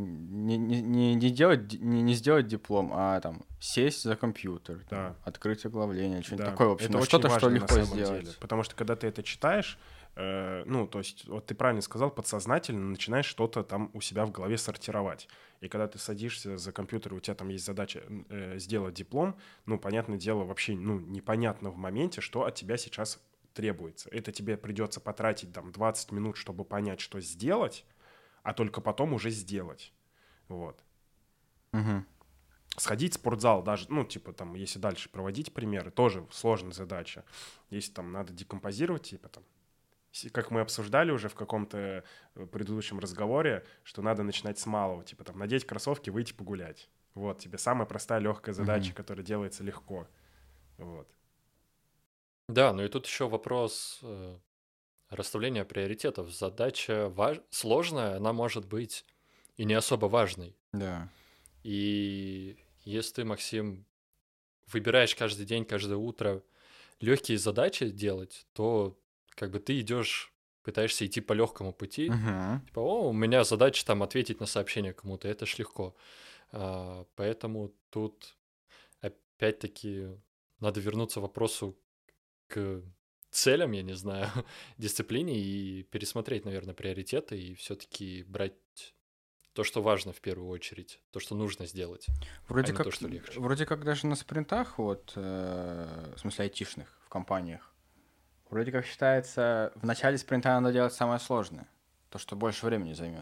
не сделать диплом, а там сесть за компьютер, там, Да. открыть оглавление, что-нибудь Да, такое, в общем. это Ну, очень что-то, важно что на легко самом сделать. деле, потому что когда ты это читаешь, ну, то есть, вот ты правильно сказал, подсознательно начинаешь что-то там у себя в голове сортировать. И когда ты садишься за компьютер, у тебя там есть задача сделать диплом, ну, понятное дело, вообще, ну, непонятно в моменте, что от тебя сейчас требуется. Это тебе придется потратить там 20 минут, чтобы понять, что сделать, а только потом уже сделать. Вот. Мгм. Сходить в спортзал даже, ну, типа там, если дальше проводить примеры, тоже сложная задача. Если там надо декомпозировать, типа там, как мы обсуждали уже в каком-то предыдущем разговоре, что надо начинать с малого, типа там надеть кроссовки, выйти погулять. Вот тебе самая простая, легкая задача, которая делается легко. Вот. Да, ну и тут еще вопрос расставления приоритетов. Задача сложная, она может быть и не особо важной. Да. И если ты, Максим, выбираешь каждый день, каждое утро легкие задачи делать, то как бы ты идешь, пытаешься идти по легкому пути. Мгм. Типа, у меня задача там ответить на сообщение кому-то, это ж легко. Поэтому тут опять-таки надо вернуться к вопросу к целям, я не знаю, дисциплине и пересмотреть, наверное, приоритеты и все-таки брать то, что важно в первую очередь, то, что нужно сделать, а Вроде не то, как, что легче. вроде как даже на спринтах, вот, в смысле айтишных, в компаниях, вроде как считается, в начале спринта надо делать самое сложное, то, что больше времени займет.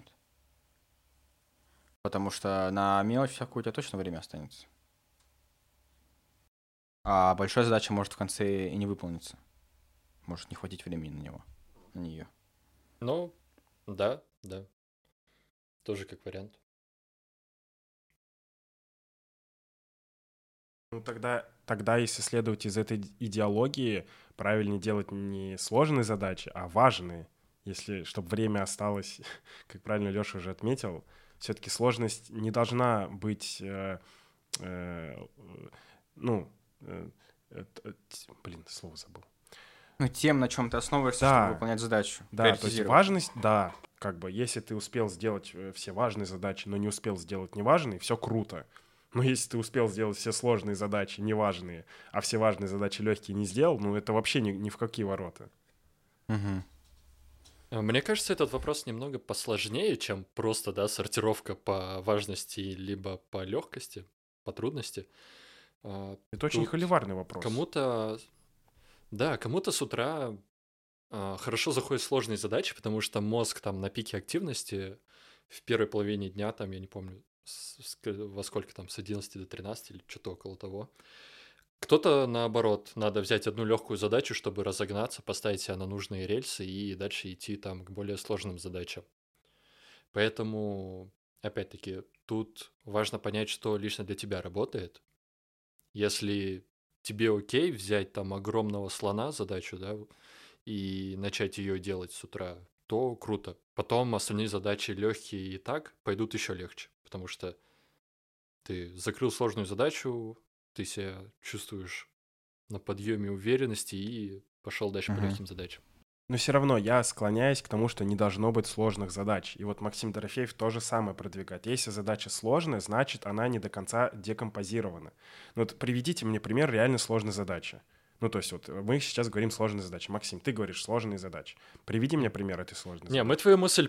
Потому что на мелочь всякую у тебя точно время останется. А большая задача может в конце и не выполниться. Может не хватить времени на него, на нее. Ну, да, тоже как вариант. Ну, тогда, если следовать из этой идеологии, правильнее делать не сложные задачи, а важные. Если, чтобы время осталось, как правильно Леша уже отметил, все-таки сложность не должна быть, ну, слово забыл. Ну, тем, на чем ты основываешься, Да, чтобы выполнять задачу. Да, то есть приоритизировать. важность, да, как бы, если ты успел сделать все важные задачи, но не успел сделать неважные, все круто. Но если ты успел сделать все сложные задачи, неважные, а все важные задачи легкие не сделал, ну это вообще ни в какие ворота. Мгм. Мне кажется, этот вопрос немного посложнее, чем просто, да, сортировка по важности либо по легкости, по трудности. Это очень Тут холиварный вопрос. кому-то с утра хорошо заходят сложные задачи, потому что мозг там на пике активности в первой половине дня, там, я не помню, во сколько там, с 11 до 13 или что-то около того. Кто-то, наоборот, надо взять одну легкую задачу, чтобы разогнаться, поставить себя на нужные рельсы и дальше идти там к более сложным задачам. Поэтому, опять-таки, тут важно понять, что лично для тебя работает. Если тебе окей взять там огромного слона задачу, да, и начать ее делать с утра, то круто. Потом остальные задачи легкие и так пойдут еще легче, потому что ты закрыл сложную задачу, ты себя чувствуешь на подъеме уверенности и пошел дальше по Мгм. легким задачам. Но все равно я склоняюсь к тому, что не должно быть сложных задач. И вот Максим Дорофеев то же самое продвигает. Если задача сложная, значит, она не до конца декомпозирована. Ну вот приведите мне пример реально сложной задачи. Ну, то есть вот мы сейчас говорим сложные задачи. Максим, ты говоришь сложные задачи. Приведи мне пример этой сложной Не, мы задачи. твою мысль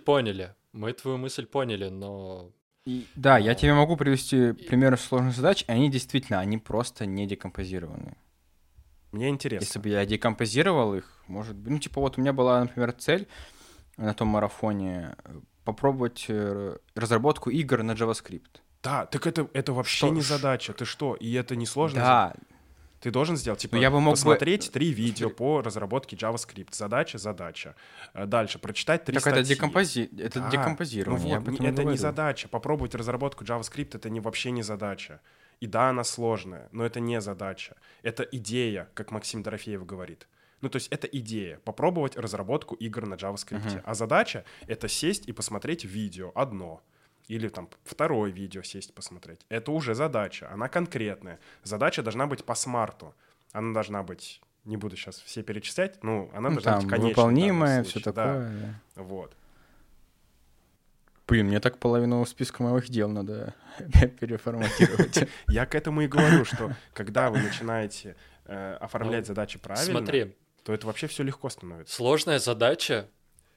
поняли, но... Да, я а, тебе могу привести примеры сложных задач, и они действительно, они просто не декомпозированы. Мне Если интересно. бы я декомпозировал их, может быть... Ну, типа, вот у меня была, например, цель на том марафоне попробовать разработку игр на JavaScript. Да, так это вообще Что? не задача. Ты что? И это не сложная Да, Ты должен сделать, ну типа, я бы мог бы... посмотреть 3 видео Смотри, по разработке JavaScript. Задача. Дальше, прочитать 3 так это, статьи. это Да, ну декомпозирование, я вот, об этом и это не говорю. задача. Попробовать разработку JavaScript — это вообще не задача. И да, она сложная, но это не задача. Это идея, как Максим Дорофеев говорит. Ну, то есть это идея — попробовать разработку игр на JavaScript. Мгм. А задача — это сесть и посмотреть видео одно. Или там второе видео сесть посмотреть. Это уже задача, она конкретная. Задача должна быть по смарту. Она должна быть, не буду сейчас все перечислять, но она Ну, должна быть там, конечной в данном выполнимое, все случае. Да, такое. Да. вот. Блин, мне так половину списка моих дел надо переформатировать. Я к этому и говорю, что когда вы начинаете оформлять Ну, задачи правильно, смотри, то это вообще все легко становится. сложная задача,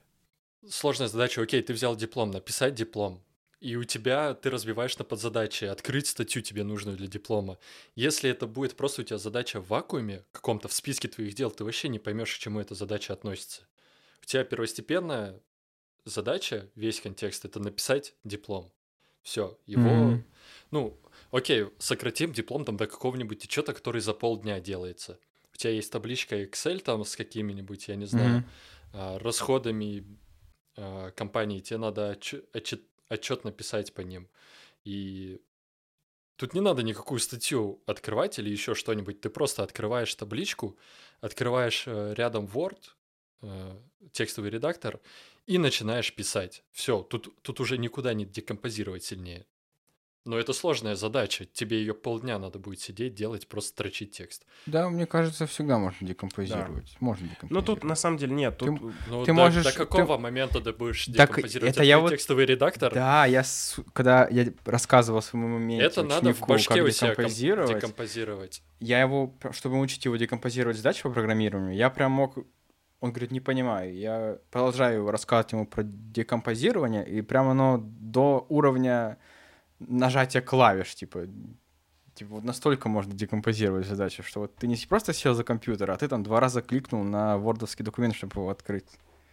окей, ты взял диплом, написать диплом, и у тебя ты разбиваешь на подзадачи, открыть статью тебе нужную для диплома. Если это будет просто у тебя задача в вакууме, каком-то в списке твоих дел, ты вообще не поймешь, к чему эта задача относится. У тебя первостепенная задача, весь контекст, это написать диплом. Все, его, Мгм. ну, окей, сократим диплом там до какого-нибудь отчета, который за полдня делается. У тебя есть табличка Excel там с какими-нибудь, я не знаю, Мгм. расходами компании, тебе надо отчет написать по ним. И тут не надо никакую статью открывать или еще что-нибудь. Ты просто открываешь табличку, открываешь рядом Word, текстовый редактор, и начинаешь писать. Все, тут уже никуда не декомпозировать сильнее. Но это сложная задача. Тебе ее полдня надо будет сидеть, делать, просто строчить текст. Да, мне кажется, всегда можно Да. декомпозировать. Можно Ну, тут декомпозировать. на самом деле нет. Ты, Тут, Ну, ты до можешь... какого момента ты будешь Так декомпозировать? это я Открыть вот... текстовый редактор? Да, когда я рассказывал своему моменте Это надо в ученику, башке как у себя декомпозировать, декомпозировать. я его, чтобы учить его декомпозировать задачи по программированию, я прям мог... Он говорит, не понимаю. Я продолжаю рассказывать ему про декомпозирование, и прям оно до уровня нажатия клавиш, типа вот настолько можно декомпозировать задачу, что вот ты не просто сел за компьютер, а ты там 2 раза кликнул на вордовский документ, чтобы его открыть.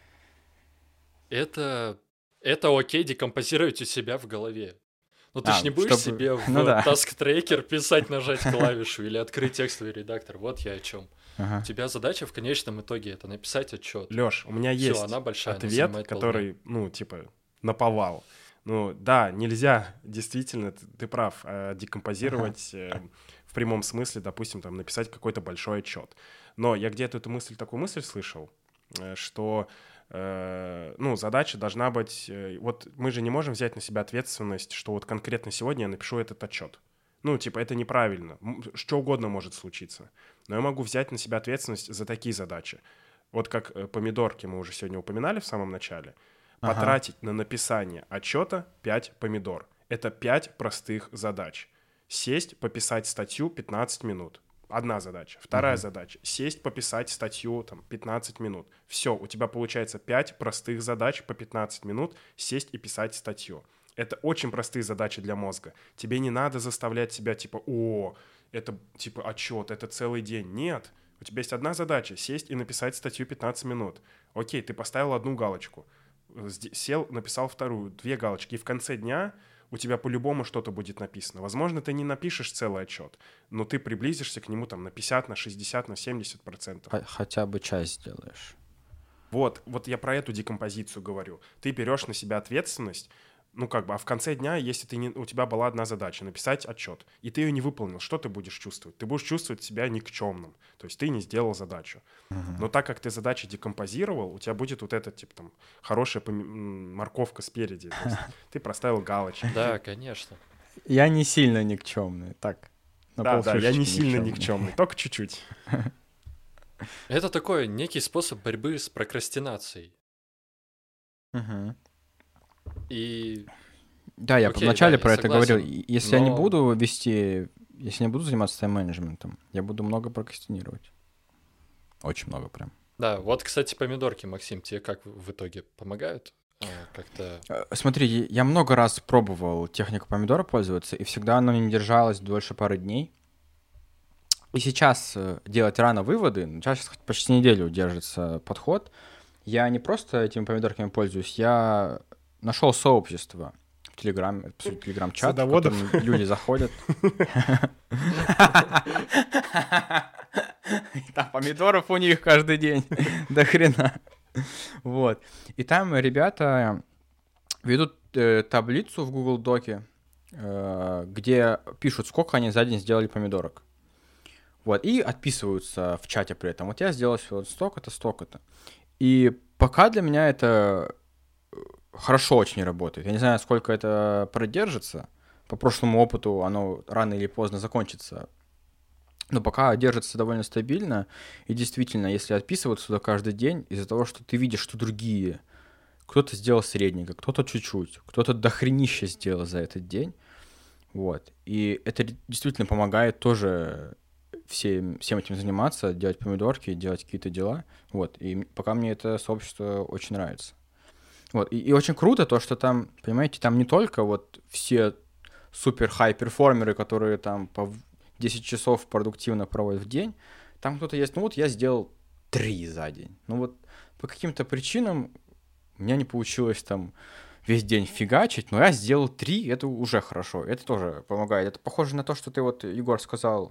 Это окей декомпозировать у себя в голове. Ну ты ж не будешь чтобы... себе в Ну да. task-tracker писать, нажать клавишу или открыть текстовый редактор. Вот я о чем. Ага. У тебя задача в конечном итоге это написать отчет. Лёш, у меня Всё, есть она большая, она ответ, занимает который, ну, типа, наповал. Ну, да, нельзя, действительно, ты прав, декомпозировать в прямом смысле, допустим, там, написать какой-то большой отчет. Но я где-то такую мысль слышал, что, ну, задача должна быть... Вот мы же не можем взять на себя ответственность, что вот конкретно сегодня я напишу этот отчет. Ну, типа, это неправильно. Что угодно может случиться. Но я могу взять на себя ответственность за такие задачи. Вот как помидорки мы уже сегодня упоминали в самом начале. Потратить на написание отчета 5 помидор. Это 5 простых задач. Сесть, пописать статью 15 минут. Одна задача. Вторая задача. Сесть, пописать статью там, 15 минут. Все, у тебя получается 5 простых задач по 15 минут. Сесть и писать статью. Это очень простые задачи для мозга. Тебе не надо заставлять себя типа, это типа отчет, это целый день. Нет. У тебя есть одна задача — сесть и написать статью 15 минут. Окей, ты поставил одну галочку. Сел, написал вторую, 2 галочки. И в конце дня у тебя по-любому что-то будет написано. Возможно, ты не напишешь целый отчет, но ты приблизишься к нему там на 50, на 60, на 70%. Хотя бы часть сделаешь. Вот я про эту декомпозицию говорю. Ты берешь на себя ответственность, ну, как бы, а в конце дня, если у тебя была одна задача — написать отчет, и ты ее не выполнил, что ты будешь чувствовать? Ты будешь чувствовать себя никчемным, то есть ты не сделал задачу. Но так как ты задачи декомпозировал, у тебя будет вот эта, типа, там, хорошая морковка спереди, то есть ты проставил галочки. Да, конечно. Я не сильно никчемный, так. Да, я не сильно никчемный, только чуть-чуть. Это такой некий способ борьбы с прокрастинацией. И Да, я окей, вначале да, про я это говорил. согласен, Если я не но- буду если не буду заниматься тайм-менеджментом, я буду много прокрастинировать. Очень много прям. Да, вот, кстати, помидорки, Максим, тебе как в итоге помогают? Как-то... Смотри, я много раз пробовал технику помидора пользоваться, и всегда она не держалась дольше пары дней. И сейчас делать рано выводы, сейчас почти неделю держится подход. Я не просто этими помидорками пользуюсь, я нашел сообщество в Телеграме, Телеграм-чат, в Садоводов. котором люди заходят. Там помидоров у них каждый день до хрена. Вот. И там ребята ведут таблицу в Google Доке, где пишут, сколько они за день сделали помидорок. Вот, и отписываются в чате при этом. Вот я сделал вот столько-то, столько-то. И пока для меня это хорошо очень работает. Я не знаю, сколько это продержится. По прошлому опыту оно рано или поздно закончится. Но пока держится довольно стабильно. И действительно, если отписываться туда каждый день, из-за того, что ты видишь, что другие, кто-то сделал средненько, кто-то чуть-чуть, кто-то дохренища сделал за этот день. Вот. И это действительно помогает тоже всем этим заниматься, делать помидорки, делать какие-то дела. Вот. И пока мне это сообщество очень нравится. Вот. И очень круто то, что там, понимаете, там не только вот все супер-хай-перформеры, которые там по 10 часов продуктивно проводят в день. Там кто-то есть, ну вот я сделал 3 за день. Ну вот по каким-то причинам у меня не получилось там весь день фигачить, но я сделал 3, это уже хорошо. Это тоже помогает. Это похоже на то, что ты вот, Егор, сказал...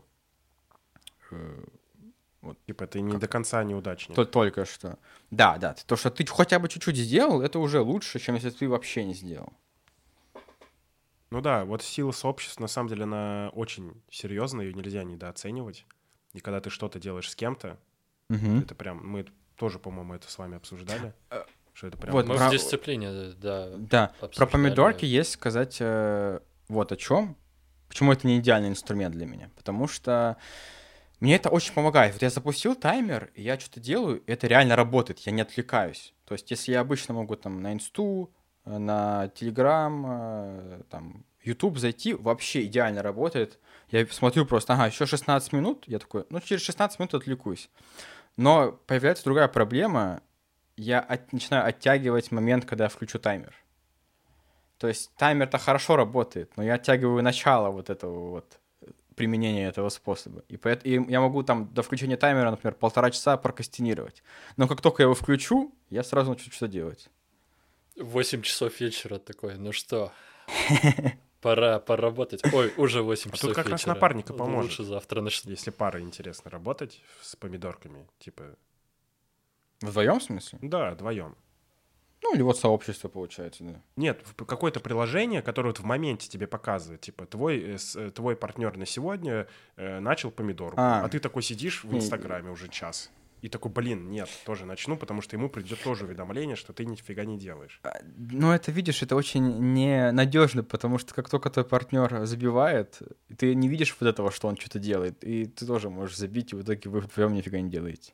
Вот. Типа ты не до конца неудачник. Только что. Да. То, что ты хотя бы чуть-чуть сделал, это уже лучше, чем если ты вообще не сделал. Ну да, вот сила сообщества, на самом деле, она очень серьезная, ее нельзя недооценивать. И когда ты что-то делаешь с кем-то, это прям... Мы тоже, по-моему, это с вами обсуждали. Что это прям... Вот, Мы в дисциплине, да. Да, про помидорки есть сказать вот о чем. Почему это не идеальный инструмент для меня? Потому что мне это очень помогает. Вот я запустил таймер, и я что-то делаю, и это реально работает, я не отвлекаюсь. То есть если я обычно могу там на инсту, на телеграм, там, YouTube зайти, вообще идеально работает. Я смотрю просто, ага, еще 16 минут, я такой, ну через 16 минут отвлекусь. Но появляется другая проблема, я начинаю оттягивать момент, когда я включу таймер. То есть таймер-то хорошо работает, но я оттягиваю начало вот этого вот применения этого способа. И я могу там до включения таймера, например, 1,5 часа прокрастинировать. Но как только я его включу, я сразу начну что-то делать. 8 часов вечера такой, ну что, пора поработать. Ой, уже 8 А тут часов как раз вечера. напарника поможет. Лучше завтра начну. Если пара интересно работать с помидорками, типа, Вдвоем, в смысле? да, вдвоем. Ну, или вот сообщество, получается, да. Нет, какое-то приложение, которое вот в моменте тебе показывает, типа, твой партнер на сегодня начал помидорку, а ты такой сидишь в Инстаграме уже час. И такой, блин, нет, тоже начну, потому что ему придет тоже уведомление, что ты нифига не делаешь. Ну, это, видишь, это очень ненадежно, потому что как только твой партнер забивает, ты не видишь вот этого, что он что-то делает, и ты тоже можешь забить, и в итоге вы вдвоем нифига не делаете.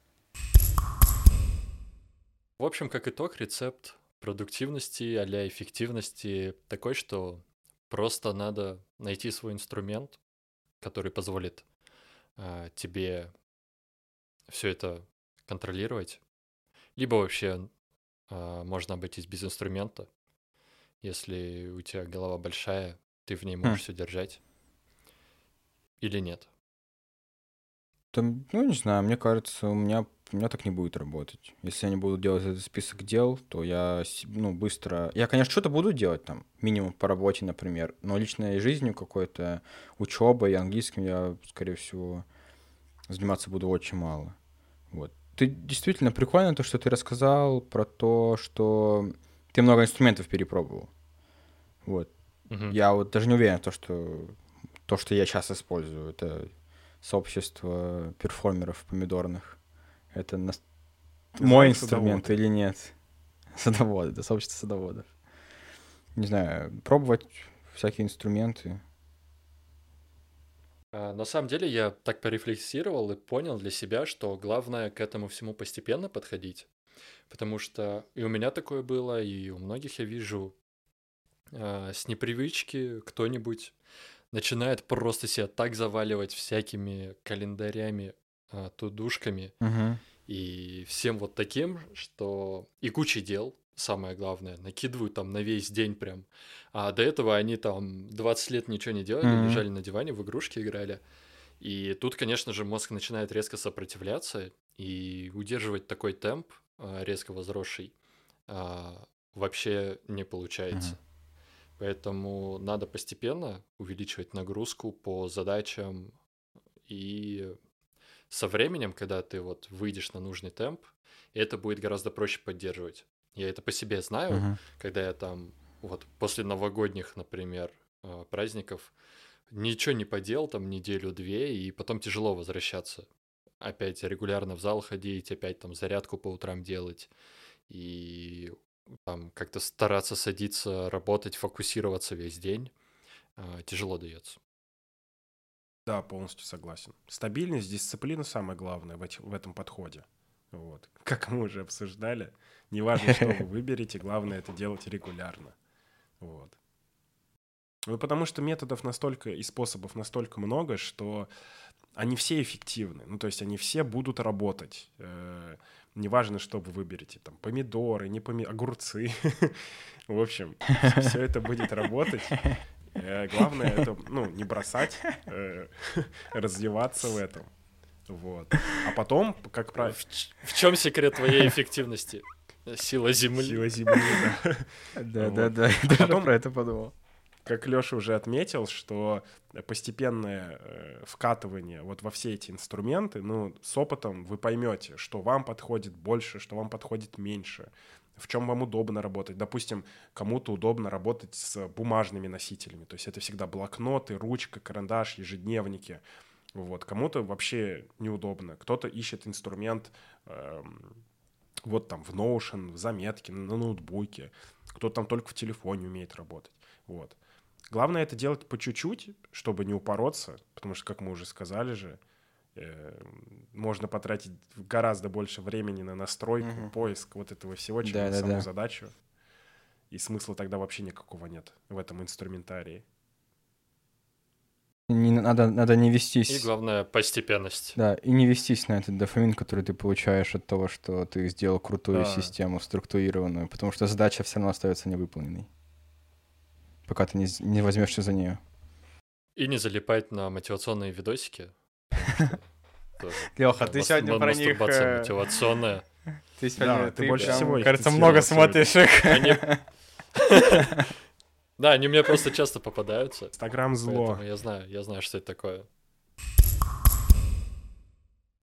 В общем, как итог, рецепт продуктивности а-ля эффективности такой, что просто надо найти свой инструмент, который позволит тебе все это контролировать. Либо вообще можно обойтись без инструмента. Если у тебя голова большая, ты в ней можешь все держать. Или нет? Там, ну, не знаю, мне кажется, у меня так не будет работать. Если я не буду делать этот список дел, то я, ну, быстро... Я, конечно, что-то буду делать там, минимум по работе, например, но личной жизнью какой-то, учебой, английским я, скорее всего, заниматься буду очень мало. Вот. Ты действительно прикольно то, что ты рассказал про то, что ты много инструментов перепробовал. Вот. Я вот даже не уверен, то, что я сейчас использую, это сообщество перформеров помидорных. Это мой инструмент садоводы. или нет? Садоводы, это сообщество садоводов. Не знаю, пробовать всякие инструменты. На самом деле я так порефлексировал и понял для себя, что главное к этому всему постепенно подходить. Потому что и у меня такое было, и у многих я вижу с непривычки кто-нибудь начинает просто себя так заваливать всякими календарями, тудушками Угу. и всем вот таким, что и кучей дел, самое главное, накидывают там на весь день прям. А до этого они там 20 лет ничего не делали, Угу. лежали на диване, в игрушки играли. И тут, конечно же, мозг начинает резко сопротивляться, и удерживать такой темп, резко возросший, вообще не получается. Поэтому надо постепенно увеличивать нагрузку по задачам, и со временем, когда ты вот выйдешь на нужный темп, это будет гораздо проще поддерживать. Я это по себе знаю, Угу. когда я там вот после новогодних, например, праздников ничего не поделал там неделю-две, и потом тяжело возвращаться. Опять регулярно в зал ходить, опять там зарядку по утрам делать. И там как-то стараться садиться, работать, фокусироваться весь день тяжело дается. Да, полностью согласен. Стабильность, дисциплина самое главное в этом подходе. Вот. Как мы уже обсуждали, неважно, что вы выберете, главное это делать регулярно. Вот. Ну, потому что методов настолько и способов настолько много, что они все эффективны. Ну, то есть они все будут работать. Неважно, что вы выберете. Там помидоры, не огурцы. В общем, все это будет работать. Главное это, ну, не бросать, развиваться в этом. Вот. А потом, как правило... В чем секрет твоей эффективности? Сила Земли. Сила Земли, да. Да, я тоже про это подумал. Как Лёша уже отметил, что постепенное вкатывание вот во все эти инструменты, ну, с опытом вы поймете, что вам подходит больше, что вам подходит меньше, в чем вам удобно работать. Допустим, кому-то удобно работать с бумажными носителями, то есть это всегда блокноты, ручка, карандаш, ежедневники. Вот. Кому-то вообще неудобно. Кто-то ищет инструмент вот там в Notion, в заметке, на ноутбуке. Кто-то там только в телефоне умеет работать. Вот. Главное это делать по чуть-чуть, чтобы не упороться, потому что, как мы уже сказали же, можно потратить гораздо больше времени на настройку, поиск вот этого всего, чем на саму задачу. И смысла тогда вообще никакого нет в этом инструментарии. Надо не вестись. И главное, постепенность. Да, и не вестись на этот дофамин, который ты получаешь от того, что ты сделал крутую систему, структурированную, потому что задача все равно остается невыполненной, пока ты не возьмешься за нее. И не залипать на мотивационные видосики. Леха, ты сегодня про них... Мастурбация мотивационная. Ты сегодня, ты больше всего их кажется, много смотришь их. Да, они мне просто часто попадаются. Инстаграм зло. Поэтому я знаю, что это такое.